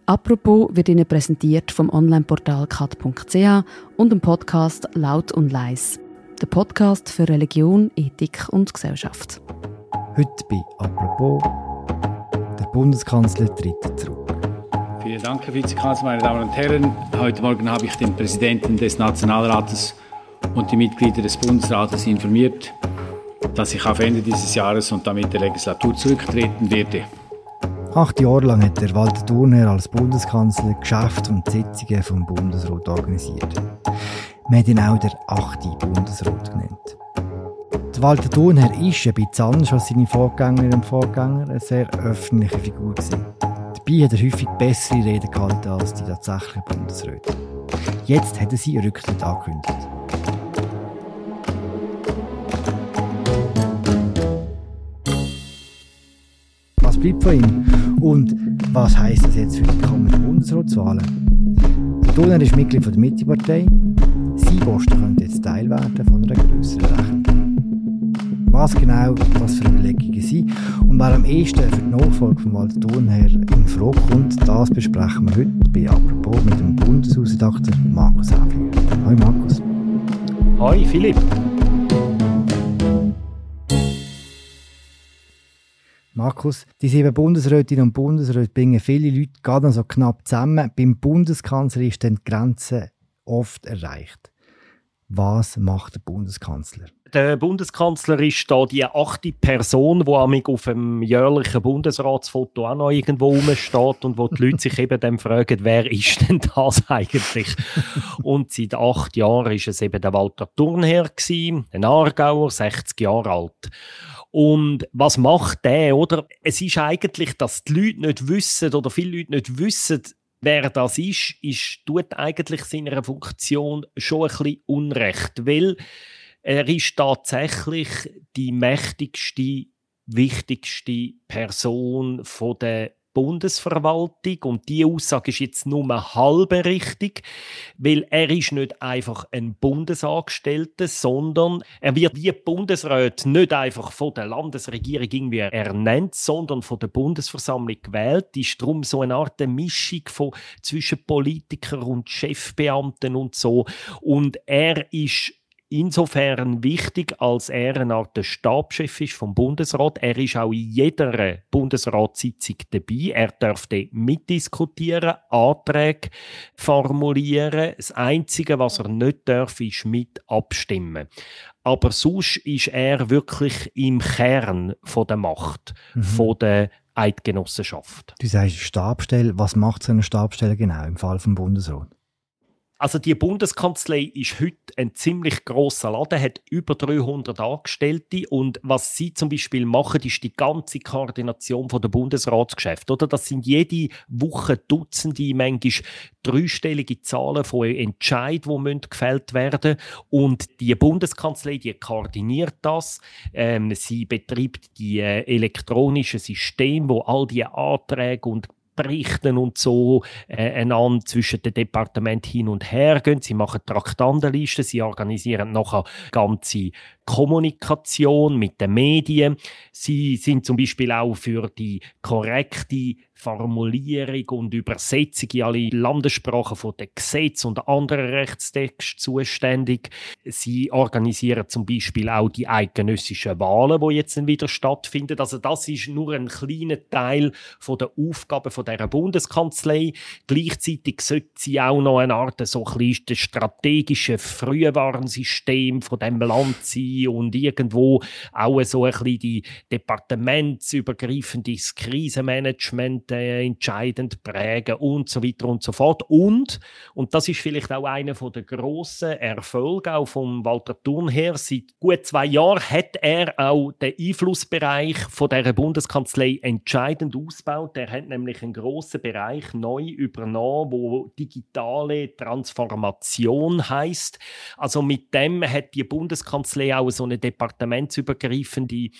Apropos wird Ihnen präsentiert vom Onlineportal kat.ch und dem Podcast «Laut und leis», der Podcast für Religion, Ethik und Gesellschaft. Heute bei «Apropos» der Bundeskanzler tritt zurück. Vielen Dank, Herr Vizekanzler, meine Damen und Herren. Heute Morgen habe ich den Präsidenten des Nationalrates und die Mitglieder des Bundesrates informiert, dass ich auf Ende dieses Jahres und damit der Legislatur zurücktreten werde. 8 Jahre lang hat der Walter Thurnherr als Bundeskanzler Geschäfte und Sitzungen vom Bundesrat organisiert. Man hat ihn auch der 8. Bundesrat genannt. Der Walter Thurnherr ist ein bisschen anders als seine Vorgängerinnen und Vorgänger eine sehr öffentliche Figur gewesen. Dabei hat er häufig bessere Reden gehalten als die tatsächlichen Bundesräte. Jetzt hat er seinen Rücktritt angekündigt. Was bleibt von ihm? Und was heisst das jetzt für die kommenden Bundesratswahlen? Der Thurnherr ist Mitglied der Mitte-Partei. Sein Posten könnte jetzt Teil werden von einer grösseren Rechnung. Was genau das für Überlegungen sind und wer am ehesten für die Nachfolge von Walter Thurnherr in Frage kommt, das besprechen wir heute bei «Apropos» mit dem Bundeshausredakteur Markus Häfliger. Hallo Markus. Hallo Philipp. Markus, die 7 Bundesrätinnen und Bundesräte bringen viele Leute gerade noch so knapp zusammen. Beim Bundeskanzler ist dann die Grenze oft erreicht. Was macht der Bundeskanzler? Der Bundeskanzler ist da die 8. Person, die auf dem jährlichen Bundesratsfoto auch noch irgendwo rumsteht und wo die Leute sich eben dann fragen, wer ist denn das eigentlich? Und seit 8 Jahren war es eben der Walter Thurnherr, ein Aargauer, 60 Jahre alt. Und was macht der, oder? Es ist eigentlich, dass die Leute nicht wissen, oder viele Leute nicht wissen, wer das ist, tut eigentlich seiner Funktion schon ein bisschen Unrecht, weil er ist tatsächlich die mächtigste, wichtigste Person von der Bundesverwaltung und diese Aussage ist jetzt nur halb richtig, weil er ist nicht einfach ein Bundesangestellter, sondern er wird wie Bundesrat nicht einfach von der Landesregierung irgendwie ernannt, sondern von der Bundesversammlung gewählt. Ist darum so eine Art Mischung zwischen Politikern und Chefbeamten und so. Und er ist insofern wichtig, als er eine Art der Stabschef ist vom Bundesrat. Er ist auch in jeder Bundesratssitzung dabei. Er darf mitdiskutieren, Anträge formulieren. Das Einzige, was er nicht darf, ist mit abstimmen. Aber sonst ist er wirklich im Kern von der Macht, von der Eidgenossenschaft. Du sagst Stabstelle. Was macht so eine Stabstelle genau im Fall vom Bundesrat? Also die Bundeskanzlei ist heute ein ziemlich grosser Laden, hat über 300 Angestellte und was sie zum Beispiel machen, ist die ganze Koordination der Bundesratsgeschäfte. Oder? Das sind jede Woche Dutzende, manchmal 3-stellige Zahlen von Entscheidungen, die gefällt werden müssen. Und die Bundeskanzlei, die koordiniert das. Sie betreibt die elektronischen Systeme, wo all die Anträge und Berichten und so einander zwischen den Departementen hin und her gehen. Sie machen Traktandenlisten, sie organisieren nachher ganze Kommunikation mit den Medien. Sie sind zum Beispiel auch für die korrekte Formulierung und Übersetzung in alle Landessprachen von den Gesetzen und anderen Rechtstexten zuständig. Sie organisieren zum Beispiel auch die eidgenössischen Wahlen, die jetzt wieder stattfinden. Also das ist nur ein kleiner Teil von der Aufgaben von der Bundeskanzlei. Gleichzeitig sollte sie auch noch eine Art so ein bisschen das strategische Frühwarnsystem von dem Land sein und irgendwo auch so ein bisschen die departementsübergreifendes Krisenmanagement entscheidend prägen und so weiter und so fort. Und das ist vielleicht auch einer der grossen Erfolge auch von Walter Thurnherr. Seit gut 2 Jahren hat er auch den Einflussbereich von der Bundeskanzlei entscheidend ausgebaut. Er hat nämlich einen grossen Bereich neu übernommen, wo digitale Transformation heisst. Also mit dem hat die Bundeskanzlei auch so eine departementsübergreifende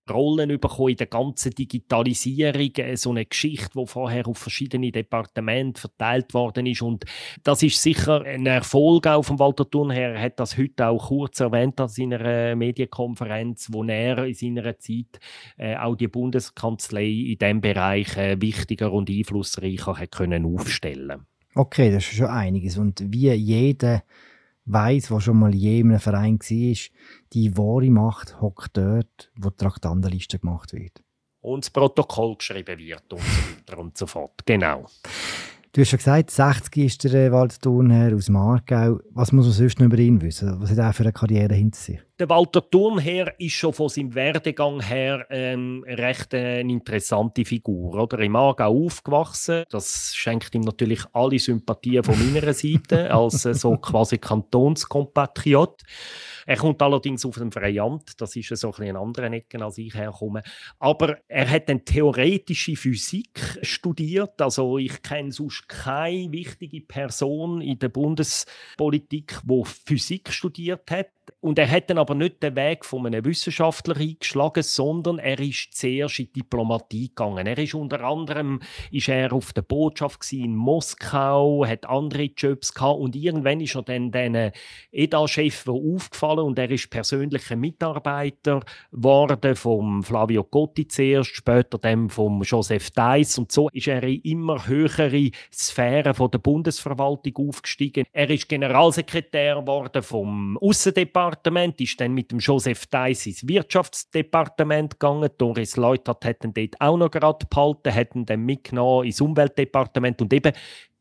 Rollen bekommen in der ganzen Digitalisierung, so eine Geschichte, die vorher auf verschiedene Departemente verteilt worden ist. Und das ist sicher ein Erfolg auch von Walter Thurnherr. Er hat das heute auch kurz erwähnt an seiner Medienkonferenz, wo er in seiner Zeit auch die Bundeskanzlei in diesem Bereich wichtiger und einflussreicher hat können aufstellen. Okay, das ist schon einiges. Und wie jeder weiss, der schon mal je in einem Verein war, die wahre Macht hockt dort, wo die Traktandenliste gemacht wird. Und das Protokoll geschrieben wird und so weiter und so fort. Genau. Du hast schon gesagt, 60 ist der Walter Thurnherr aus dem Aargau. Was muss man sonst noch über ihn wissen? Was hat er für eine Karriere hinter sich? Der Walter Thurnherr ist schon von seinem Werdegang her recht eine interessante Figur. Oder? Im Aargau aufgewachsen. Das schenkt ihm natürlich alle Sympathien von meiner Seite, als so quasi Kantonskompatriot. Er kommt allerdings auf dem Freiamt. Das ist so ein bisschen andere Ecke, als ich herkomme. Aber er hat dann theoretische Physik studiert. Also ich kenne sonst keine wichtige Person in der Bundespolitik, die Physik studiert hat. Und er hat dann aber nicht den Weg von einem Wissenschaftler eingeschlagen, sondern er ist zuerst in die Diplomatie gegangen. Er ist unter anderem auf der Botschaft in Moskau, hat andere Jobs gehabt und irgendwann ist er dann diesen EDA-Chef aufgefallen und er ist persönlicher Mitarbeiter geworden vom Flavio Cotti zuerst, später dann vom Joseph Deiss und so ist er in immer höhere Sphären von der Bundesverwaltung aufgestiegen. Er ist Generalsekretär geworden vom Aussendepartement, ist dann mit dem Joseph Deiss ins Wirtschaftsdepartement gegangen. Doris Leutert hat ihn dort auch noch gerade behalten, hat ihn dann mitgenommen ins Umweltdepartement und eben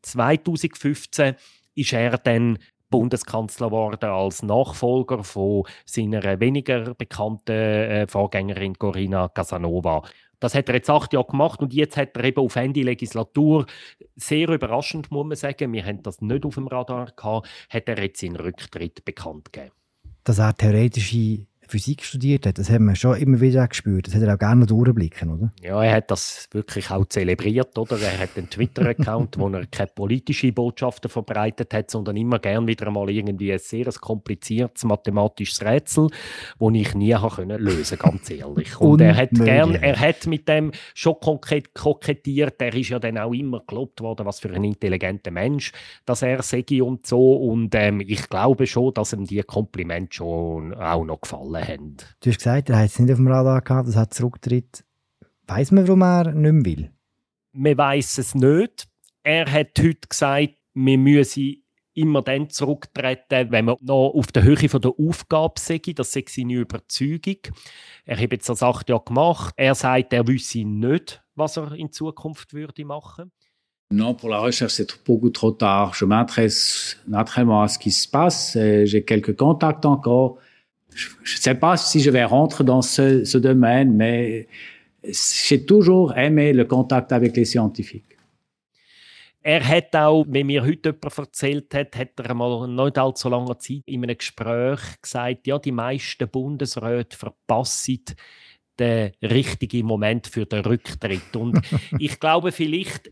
2015 ist er dann Bundeskanzler geworden als Nachfolger von seiner weniger bekannten Vorgängerin Corina Casanova. Das hat er jetzt 8 Jahre gemacht und jetzt hat er eben auf Ende Legislatur, sehr überraschend muss man sagen, wir haben das nicht auf dem Radar gehabt, hat er jetzt seinen Rücktritt bekannt gegeben. Dass er theoretische Physik studiert hat, das haben wir schon immer wieder gespürt. Das hat er auch gerne durchblicken, oder? Ja, er hat das wirklich auch zelebriert, oder? Er hat einen Twitter-Account, wo er keine politischen Botschaften verbreitet hat, sondern immer gerne wieder einmal irgendwie ein sehr kompliziertes mathematisches Rätsel, das ich nie lösen konnte, ganz ehrlich. Und er hat mit dem schon kokettiert. Er ist ja dann auch immer gelobt worden, was für ein intelligenter Mensch, dass er sei und so. Und ich glaube schon, dass ihm die Komplimente schon auch noch gefallen haben. Du hast gesagt, er hat es nicht auf dem Radar gehabt, das hat zurücktritt. Weiss man, warum er nicht mehr will? Man weiss es nicht. Er hat heute gesagt, wir müssen immer dann zurücktreten, wenn man noch auf der Höhe von der Aufgabe sei. Das sei seine Überzeugung. Er hat jetzt das 8 Jahre gemacht. Er sagt, er wüsste nicht, was er in Zukunft würde machen. Non, pour la recherche, c'est beaucoup trop tard. Je m'intéresse naturellement à ce qui se passe. J'ai quelques contacts encore. Je ne sais pas si je vais rentrer dans ce domaine, mais j'ai toujours aimé le contact avec les scientifiques. Er hat auch, wenn mir heute jemand erzählt hat er einmal nicht allzu langer Zeit in einem Gespräch gesagt, ja, die meisten Bundesräte verpassen den richtigen Moment für den Rücktritt. Und ich glaube vielleicht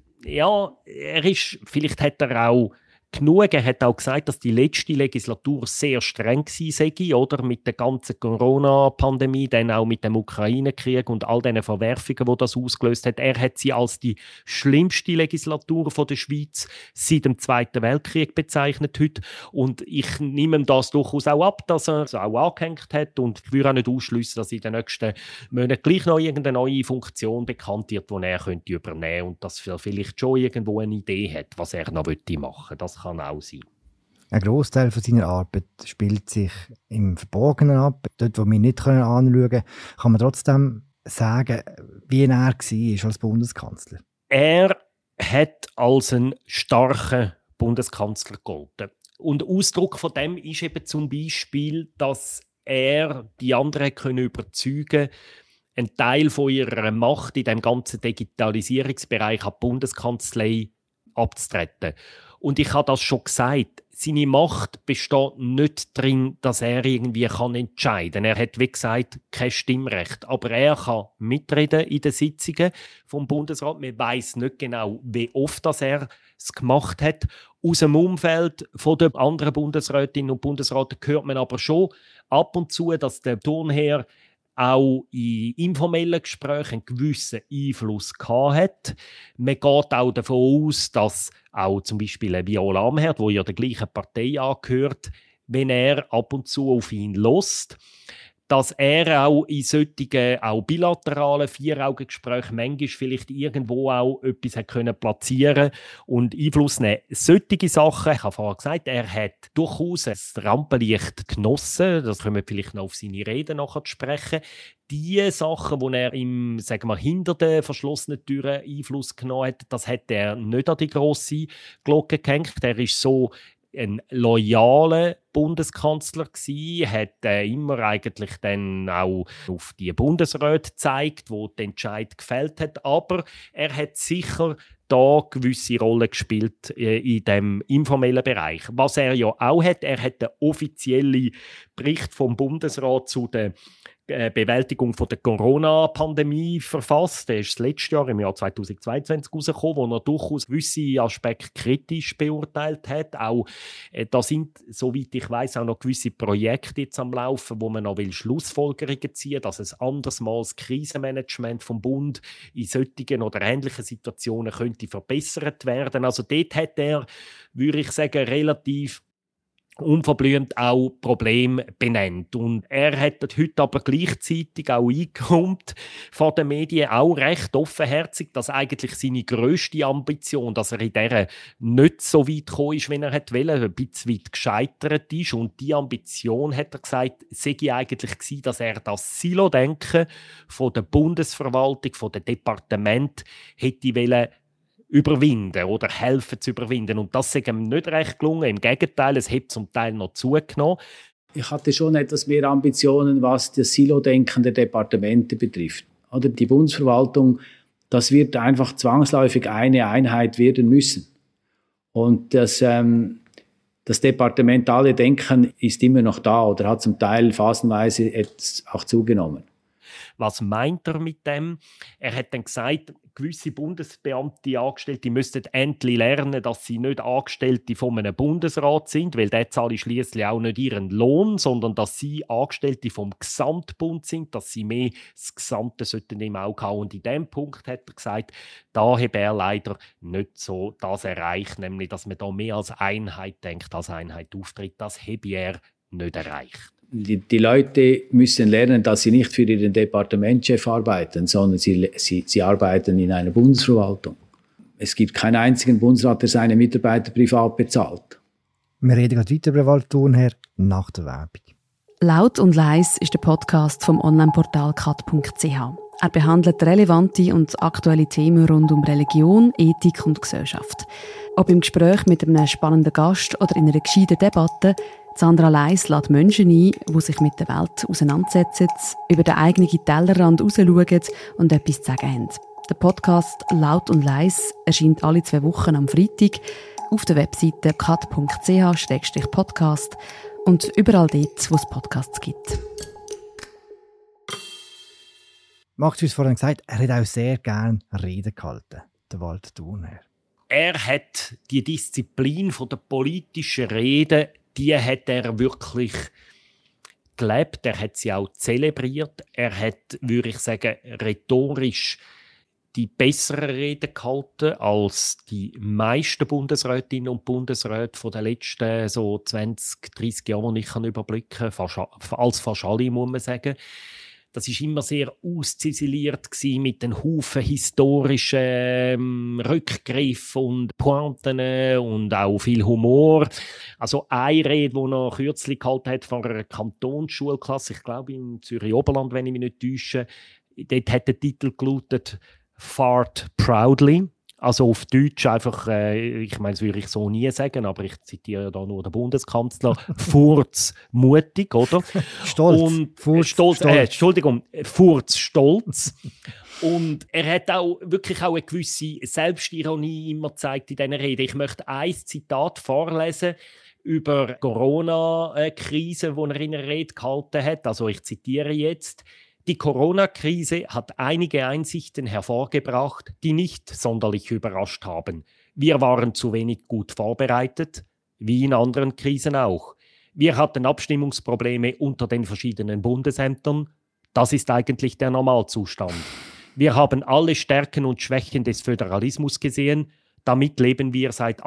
hat er auch genug. Er hat auch gesagt, dass die letzte Legislatur sehr streng sei, oder? Mit der ganzen Corona-Pandemie, dann auch mit dem Ukraine-Krieg und all diesen Verwerfungen, die das ausgelöst hat. Er hat sie als die schlimmste Legislatur von der Schweiz seit dem Zweiten Weltkrieg bezeichnet heute. Und ich nehme ihm das durchaus auch ab, dass er es auch angehängt hat und ich würde auch nicht ausschliessen, dass in den nächsten Monaten gleich noch irgendeine neue Funktion bekannt wird, die er könnte übernehmen und dass er vielleicht schon irgendwo eine Idee hat, was er noch machen möchte. Das kann auch sein. Ein Grossteil von seiner Arbeit spielt sich im Verborgenen ab. Dort, wo wir nicht anschauen können, kann man trotzdem sagen, wie er war als Bundeskanzler. Er hat als ein starker Bundeskanzler gegolten. Und Ausdruck von dem ist eben zum Beispiel, dass er die anderen überzeugen konnte, einen Teil von ihrer Macht in dem ganzen Digitalisierungsbereich an die Bundeskanzlei abzutreten. Und ich habe das schon gesagt, seine Macht besteht nicht darin, dass er irgendwie entscheiden kann. Er hat, wie gesagt, kein Stimmrecht. Aber er kann mitreden in den Sitzungen vom Bundesrat. Man weiss nicht genau, wie oft er es gemacht hat. Aus dem Umfeld der anderen Bundesrätinnen und Bundesräte hört man aber schon ab und zu, dass der Thurnherr auch in informellen Gesprächen einen gewissen Einfluss gehabt hat. Man geht auch davon aus, dass auch zum Beispiel ein Viola Amherd, der ja der gleichen Partei angehört, wenn er ab und zu auf ihn lässt, dass er auch in solchen auch bilateralen Vier-Augen-Gesprächen manchmal vielleicht irgendwo auch etwas hat können platzieren und Einfluss nehmen. Solche Sachen, ich habe vorher gesagt, er hat durchaus ein Rampenlicht genossen, das können wir vielleicht noch auf seine Rede nachher sprechen. Die Sachen, die er hinter den verschlossenen Türen Einfluss genommen hat, das hat er nicht an die grosse Glocke gehängt. Er ist so ein loyaler Bundeskanzler gsi, hat immer eigentlich dann auch auf die Bundesräte gezeigt, wo der Entscheid gefällt hat, aber er hat sicher da gewisse Rolle gespielt in dem informellen Bereich. Was er ja auch hat, er hat den offiziellen Bericht vom Bundesrat zu der Bewältigung von der Corona-Pandemie verfasst. Der ist das letzte Jahr, im Jahr 2022, herausgekommen, wo er durchaus gewisse Aspekte kritisch beurteilt hat. Auch da sind, soweit ich weiss, auch noch gewisse Projekte jetzt am Laufen, wo man noch Schlussfolgerungen ziehen will, dass ein anderes Mal das Krisenmanagement vom Bund in solchen oder ähnlichen Situationen könnte verbessert werden. Also dort hat er, würde ich sagen, relativ unverblümt auch Probleme benennt. Und er hat heute aber gleichzeitig auch eingeräumt vor den Medien, auch recht offenherzig, dass eigentlich seine grösste Ambition, dass er in dieser nicht so weit gekommen ist, wie er wollte, ein bisschen weit gescheitert ist. Und die Ambition, hat er gesagt, sei eigentlich gewesen, dass er das Silo-Denken von der Bundesverwaltung, von den Departementen hätte wollen überwinden oder helfen zu überwinden. Und das ist ihm nicht recht gelungen. Im Gegenteil, es hat zum Teil noch zugenommen. Ich hatte schon etwas mehr Ambitionen, was das Silo-Denken der Departemente betrifft. Oder die Bundesverwaltung, das wird einfach zwangsläufig eine Einheit werden müssen. Und das departementale Denken ist immer noch da oder hat zum Teil phasenweise auch zugenommen. Was meint er mit dem? Er hat dann gesagt, gewisse Bundesbeamte, Angestellte müssten endlich lernen, dass sie nicht Angestellte von einem Bundesrat sind, weil der zahle schliesslich auch nicht ihren Lohn, sondern dass sie Angestellte vom Gesamtbund sind, dass sie mehr das Gesamte sollten im Auge haben. Und in diesem Punkt hat er gesagt, da habe er leider nicht so das erreicht, nämlich dass man da mehr als Einheit denkt, als Einheit auftritt. Das habe er nicht erreicht. Die Leute müssen lernen, dass sie nicht für ihren Departementschef arbeiten, sondern sie arbeiten in einer Bundesverwaltung. Es gibt keinen einzigen Bundesrat, der seine Mitarbeiter privat bezahlt. Wir reden gerade weiter über Walter Thurnherr nach der Werbung. Laut und leis ist der Podcast vom Onlineportal kat.ch. Er behandelt relevante und aktuelle Themen rund um Religion, Ethik und Gesellschaft. Ob im Gespräch mit einem spannenden Gast oder in einer gescheiten Debatte, Sandra Leis lädt Menschen ein, die sich mit der Welt auseinandersetzen, über den eigenen Tellerrand rausschauen und etwas zu sagen haben. Der Podcast «Laut und leis» erscheint alle 2 Wochen am Freitag auf der Webseite kat.ch/podcast und überall dort, wo es Podcasts gibt. Max hat uns vorhin gesagt, er hat auch sehr gerne Reden gehalten, der Walter Thurnherr. Er hat die Disziplin von der politischen Rede, die hat er wirklich gelebt. Er hat sie auch zelebriert. Er hat, würde ich sagen, rhetorisch die besseren Reden gehalten als die meisten Bundesrätinnen und Bundesräte von den letzten so 20, 30 Jahren, die ich überblicken kann. Als fast alle, muss man sagen. Das war immer sehr ausziseliert mit den Haufen historischen Rückgriffen und Pointen und auch viel Humor. Also eine Rede, die er kürzlich gehalten hat von einer Kantonsschulklasse, ich glaube im Zürich-Oberland, wenn ich mich nicht täusche, dort hat der Titel gelautet «Fart proudly». Also auf Deutsch einfach, ich meine, das würde ich so nie sagen, aber ich zitiere ja da nur den Bundeskanzler, «Furz mutig», oder? Stolz. Und Stolz. Entschuldigung, «Furz stolz». Und er hat auch wirklich auch eine gewisse Selbstironie immer gezeigt in dieser Rede. Ich möchte ein Zitat vorlesen über die Corona-Krise, die er in einer Rede gehalten hat. Also ich zitiere jetzt: Die Corona-Krise hat einige Einsichten hervorgebracht, die nicht sonderlich überrascht haben. Wir waren zu wenig gut vorbereitet, wie in anderen Krisen auch. Wir hatten Abstimmungsprobleme unter den verschiedenen Bundesämtern. Das ist eigentlich der Normalzustand. Wir haben alle Stärken und Schwächen des Föderalismus gesehen. Damit leben wir seit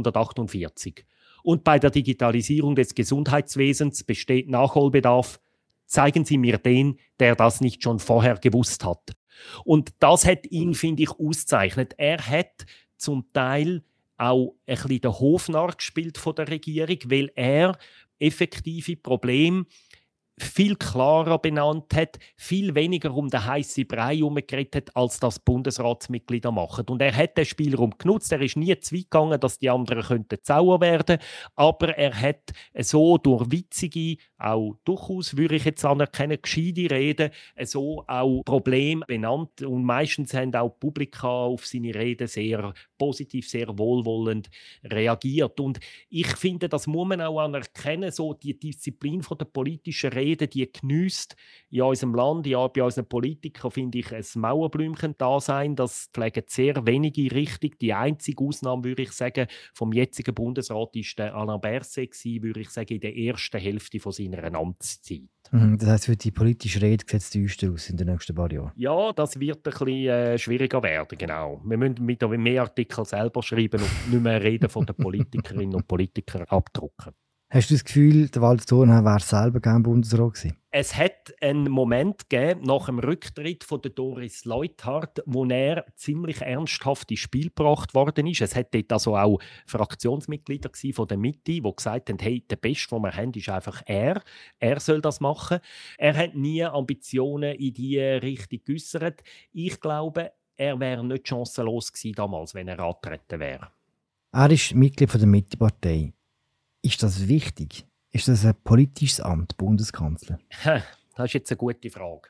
1848. Und bei der Digitalisierung des Gesundheitswesens besteht Nachholbedarf. Zeigen Sie mir den, der das nicht schon vorher gewusst hat. Und das hat ihn, finde ich, auszeichnet. Er hat zum Teil auch ein bisschen den Hofnarr gespielt von der Regierung, weil er effektive Probleme viel klarer benannt hat, viel weniger um den heißen Brei herumgeredet hat, als das Bundesratsmitglieder machen. Und er hat den Spielraum genutzt. Er ist nie zu weit gegangen, dass die anderen sauer werden könnten. Aber er hat so durch witzige, auch durchaus, würde ich jetzt anerkennen, gescheite Reden, so auch Probleme benannt. Und meistens haben auch die Publika auf seine Reden sehr positiv, sehr wohlwollend reagiert. Und ich finde, das muss man auch anerkennen, so die Disziplin von der politischen Rede, die geniesst in unserem Land, ja, bei unseren Politikern, finde ich, ein Mauerblümchen da sein. Das pflegen sehr wenige richtig. Die einzige Ausnahme, würde ich sagen, vom jetzigen Bundesrat ist der Alain Berset gewesen, würde ich sagen, in der ersten Hälfte von seiner Amtszeit. Das heisst, für die politische Rede sieht es düster aus in den nächsten paar Jahren? Ja, das wird ein bisschen schwieriger werden, genau. Wir müssen mit mehr Artikel selber schreiben und nicht mehr Reden von den Politikerinnen und Politikern abdrucken. Hast du das Gefühl, der Walter Thurnherr wäre selber gerne Bundesrat gewesen? Es hat einen Moment gegeben, nach dem Rücktritt von der Doris Leuthard, wo er ziemlich ernsthaft ins Spiel gebracht worden ist. Es hat dort also auch Fraktionsmitglieder von der Mitte, die gesagt haben, hey, der Beste, den wir haben, ist einfach er. Er soll das machen. Er hat nie Ambitionen in diese Richtung geäussert. Ich glaube, er wäre nicht chancenlos gewesen damals, wenn er angetreten wäre. Er ist Mitglied der Mitte-Partei. Ist das wichtig? Ist das ein politisches Amt, Bundeskanzler? Das ist jetzt eine gute Frage.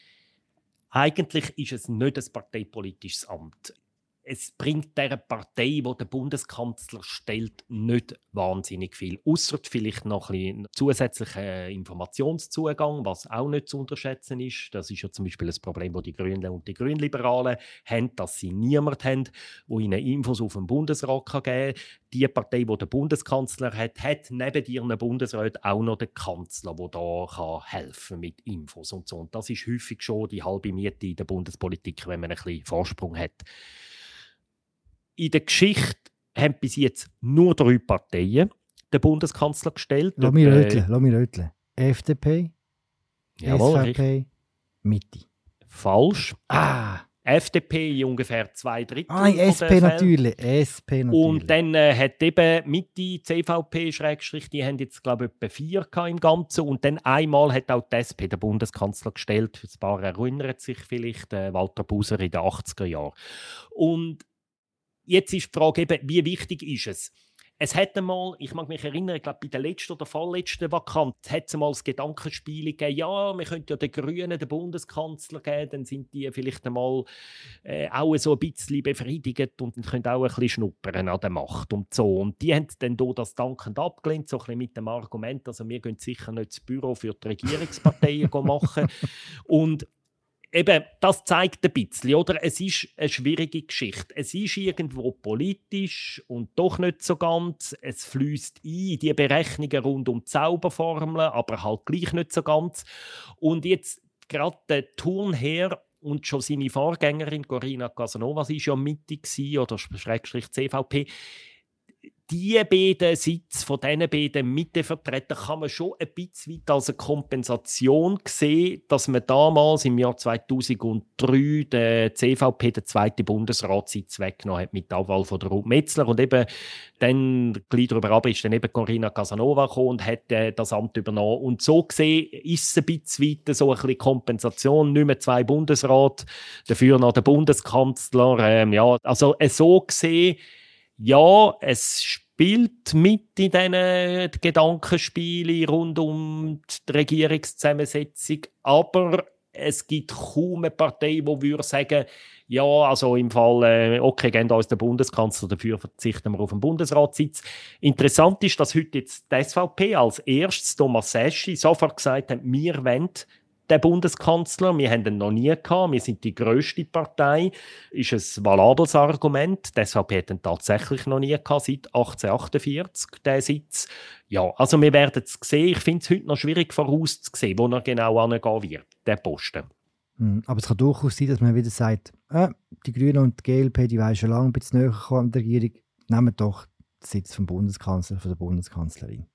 Eigentlich ist es nicht ein parteipolitisches Amt. Es bringt der Partei, die den Bundeskanzler stellt, nicht wahnsinnig viel. Ausser vielleicht noch ein bisschen zusätzlichen Informationszugang, was auch nicht zu unterschätzen ist. Das ist ja zum Beispiel ein Problem, das die Grünen und die Grünliberalen haben, dass sie niemanden haben, der ihnen Infos auf dem Bundesrat geben kann. Die Partei, die den Bundeskanzler hat, hat neben ihren Bundesräten auch noch den Kanzler, der da helfen kann mit Infos und so. Und das ist häufig schon die halbe Miete in der Bundespolitik, wenn man ein bisschen Vorsprung hat. In der Geschichte haben bis jetzt nur 3 Parteien den Bundeskanzler gestellt. Lass mich röteln. FDP, Jawohl, SVP, richtig. Mitte. Falsch. FDP in ungefähr 2/3. SP natürlich. SP natürlich. Und dann hat eben Mitte, CVP, die haben jetzt, glaube ich, etwa 4 im Ganzen. Und dann einmal hat auch die SP den Bundeskanzler gestellt. Ein paar erinnern sich vielleicht, Walter Buser in den 80er Jahren. Und jetzt ist die Frage eben, wie wichtig ist es? Es hat einmal, ich mag mich erinnern, ich glaube bei der letzten oder vorletzten Vakanz, hat es einmal das Gedankenspiel gegeben, ja, wir könnten ja den Grünen den Bundeskanzler geben, dann sind die vielleicht einmal auch so ein bisschen befriedigt und können auch ein bisschen schnuppern an der Macht und so. Und die haben dann hier das dankend abgelehnt, so ein bisschen mit dem Argument, also wir gehen sicher nicht das Büro für die Regierungsparteien machen. Und eben, das zeigt ein bisschen, oder? Es ist eine schwierige Geschichte. Es ist irgendwo politisch und doch nicht so ganz. Es fließt in die Berechnungen rund um die Zauberformeln, aber halt gleich nicht so ganz. Und jetzt gerade der Thurnherr und schon seine Vorgängerin Corina Casanova, sie war ja Mitte oder Schrägstrich CVP. Die beiden Sitze von diesen beiden Mittevertretern kann man schon ein bisschen weit als eine Kompensation sehen, dass man damals im Jahr 2003 der CVP den zweiten Bundesratssitz weggenommen hat mit der Abwahl von der Ruth Metzler. Und eben dann, gleich darüber ab, ist dann eben Corina Casanova gekommen und hat das Amt übernommen. Und so gesehen ist es ein bisschen weit so ein bisschen Kompensation. Nicht mehr 2 Bundesräte, dafür noch der Bundeskanzler. Ja, also so gesehen, ja, es spielt mit in diesen Gedankenspielen rund um die Regierungszusammensetzung, aber es gibt kaum eine Partei, die würde sagen, ja, also im Fall, okay, geben uns den Bundeskanzler, dafür verzichten wir auf den Bundesratssitz. Interessant ist, dass heute jetzt die SVP als erstes Thomas Seschi sofort gesagt hat, wir wollen den Bundeskanzler. Wir haben ihn noch nie gehabt. Wir sind die grösste Partei. Ist ein valables Argument. Die SVP hat ihn tatsächlich noch nie gehabt, seit 1848, diesen Sitz. Ja, also wir werden es sehen. Ich finde es heute noch schwierig vorauszusehen, wo er genau hingehen wird. den Posten. Aber es kann durchaus sein, dass man wieder sagt, die Grünen und die GLP, die wollen schon lange ein bisschen näher kommen an die Regierung, nehmen doch den Sitz vom Bundeskanzler, von der Bundeskanzlerin.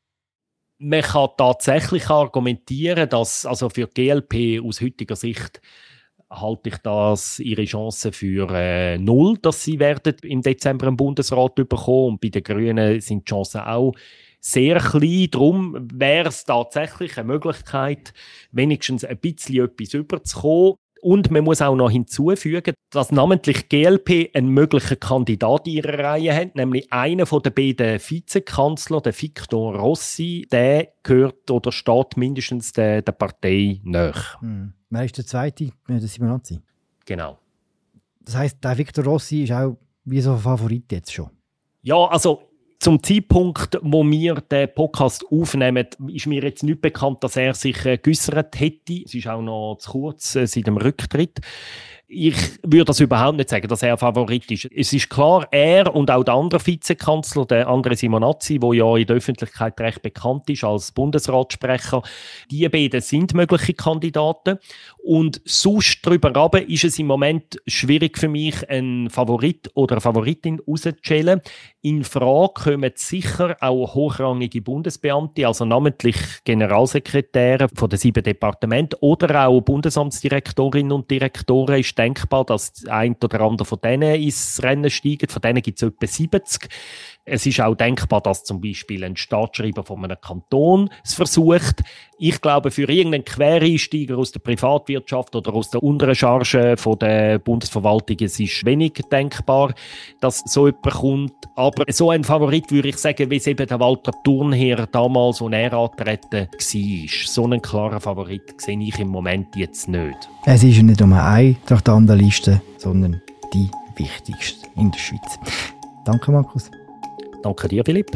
Man kann tatsächlich argumentieren, dass also für die GLP aus heutiger Sicht halte ich das ihre Chancen für 0, dass sie werden im Dezember einen Bundesrat bekommen. Und bei den Grünen sind die Chancen auch sehr klein. Darum wäre es tatsächlich eine Möglichkeit, wenigstens ein bisschen etwas überzukommen. Und man muss auch noch hinzufügen, dass namentlich die GLP einen möglichen Kandidaten in ihrer Reihe hat, nämlich einer der beiden Vizekanzler, der Victor Rossi, der gehört oder steht mindestens der Partei nahe. Wer ist der Zweite? Der Simonazzi. Genau. Das heisst, der Victor Rossi ist auch wie so ein Favorit jetzt schon? Ja, also zum Zeitpunkt, wo wir den Podcast aufnehmen, ist mir jetzt nicht bekannt, dass er sich geäussert hätte. Es ist auch noch zu kurz seit dem Rücktritt. Ich würde das überhaupt nicht sagen, dass er Favorit ist. Es ist klar, er und auch der andere Vizekanzler, der André Simonazzi, der ja in der Öffentlichkeit recht bekannt ist als Bundesratssprecher, die beiden sind mögliche Kandidaten. Und sonst darüber runter ist es im Moment schwierig für mich, einen Favorit oder eine Favoritin rauszustellen. In Frage kommen sicher auch hochrangige Bundesbeamte, also namentlich Generalsekretäre von den 7 Departementen oder auch Bundesamtsdirektorinnen und Direktoren. Ist denkbar, dass ein oder andere von denen ins Rennen steigen. Von denen gibt es etwa 70. Es ist auch denkbar, dass zum Beispiel ein Staatsschreiber von einem Kanton es versucht. Ich glaube, für irgendeinen Quereinsteiger aus der Privatwirtschaft oder aus der unteren Charge von der Bundesverwaltung, es ist wenig denkbar, dass so jemand kommt. Aber so ein Favorit würde ich sagen, wie es eben der Walter Thurnherr damals, als er angetreten war. So einen klaren Favorit sehe ich im Moment jetzt nicht. Es ist nicht nur eine Traktandenliste, sondern die wichtigste in der Schweiz. Danke, Markus. Danke dir, Philipp.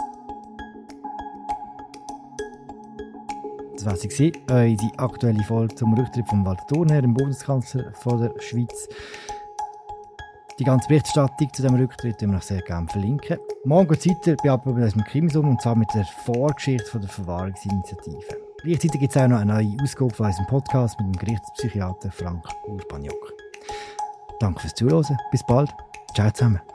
Das war sie, unsere aktuelle Folge zum Rücktritt von Walter Thurnherr, dem Bundeskanzler von der Schweiz. Die ganze Berichterstattung zu diesem Rücktritt verlinken wir noch sehr gerne verlinken. Morgen geht es weiter bei Abend mit Krimisum und zwar mit der Vorgeschichte von der Verwahrungsinitiative. Gleichzeitig gibt es auch noch eine neue Ausgabe von unserem Podcast mit dem Gerichtspsychiater Frank Urbaniok. Danke fürs Zuhören. Bis bald. Ciao zusammen.